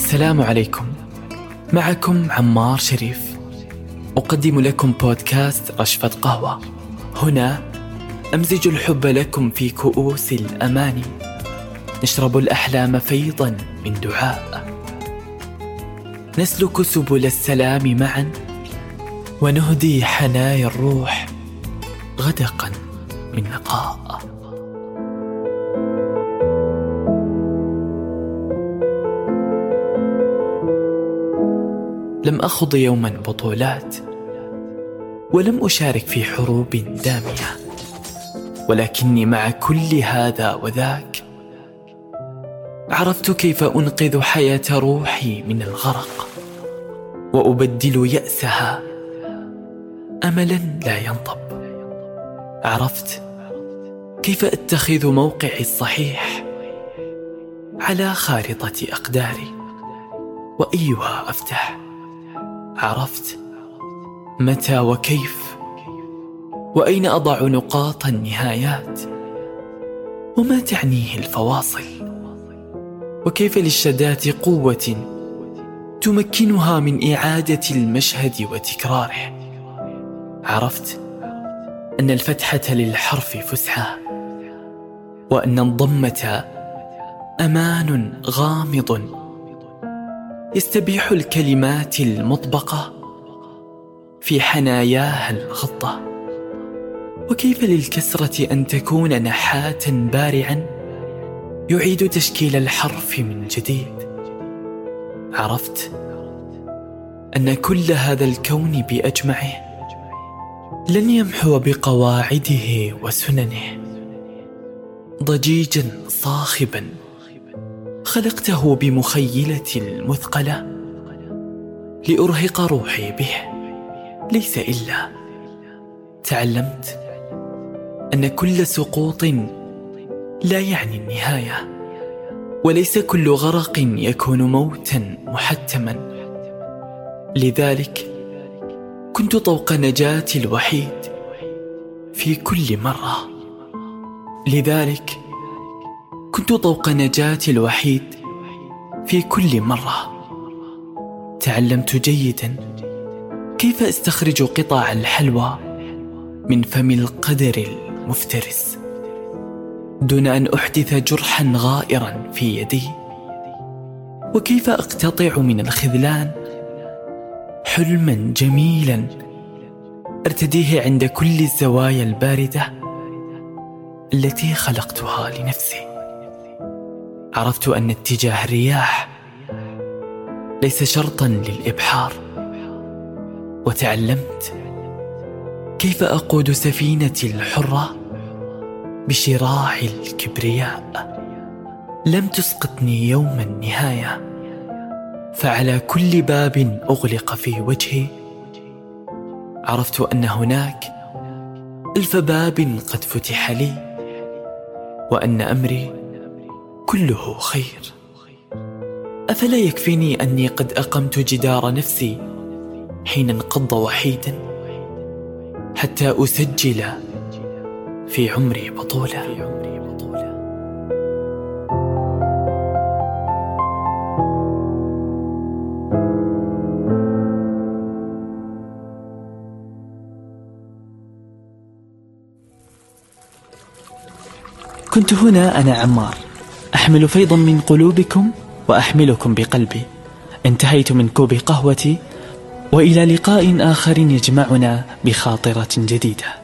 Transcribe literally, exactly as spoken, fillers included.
السلام عليكم، معكم عمار شريف، أقدم لكم بودكاست رشفة قهوة. هنا أمزج الحب لكم في كؤوس الأماني، نشرب الأحلام فيضا من دعاء، نسلك سبل السلام معا، ونهدي حنايا الروح غدقا من لقاء. لم أخض يوما بطولات، ولم أشارك في حروب دامية، ولكني مع كل هذا وذاك عرفت كيف أنقذ حياة روحي من الغرق، وأبدل يأسها أملا لا ينطب. عرفت كيف أتخذ موقعي الصحيح على خارطة أقداري، وأيها أفتح. عرفت متى وكيف وأين أضع نقاط النهايات، وما تعنيه الفواصل، وكيف للشدات قوة تمكنها من إعادة المشهد وتكراره. عرفت أن الفتحة للحرف فسحة، وأن الضمة أمان غامض يستبيح الكلمات المطبقة في حناياها الغضة، وكيف للكسرة أن تكون نحاتا بارعا يعيد تشكيل الحرف من جديد. عرفت أن كل هذا الكون بأجمعه لن يمحو بقواعده وسننه ضجيجا صاخبا خلقته بمخيلتي المثقلة لأرهق روحي به. ليس إلا تعلمت أن كل سقوط لا يعني النهاية، وليس كل غرق يكون موتا محتما. لذلك كنت طوق نجاتي الوحيد في كل مرة لذلك كنت طوق نجاتي الوحيد في كل مرة. تعلمت جيدا كيف أستخرج قطع الحلوى من فم القدر المفترس دون أن أحدث جرحا غائرا في يدي، وكيف أقتطع من الخذلان حلما جميلا أرتديه عند كل الزوايا الباردة التي خلقتها لنفسي. عرفت أن اتجاه الرياح ليس شرطا للإبحار، وتعلمت كيف أقود سفينتي الحرة بشراع الكبرياء. لم تسقطني يوم النهاية، فعلى كل باب أغلق في وجهي عرفت أن هناك ألف باب قد فتح لي، وأن أمري كله خير. أفلا يكفيني أني قد أقمت جدار نفسي حين انقض وحيدا، حتى أسجل في عمري بطولة. كنت هنا أنا عمار، أحمل فيضا من قلوبكم وأحملكم بقلبي. انتهيت من كوب قهوتي، وإلى لقاء آخر يجمعنا بخاطرة جديدة.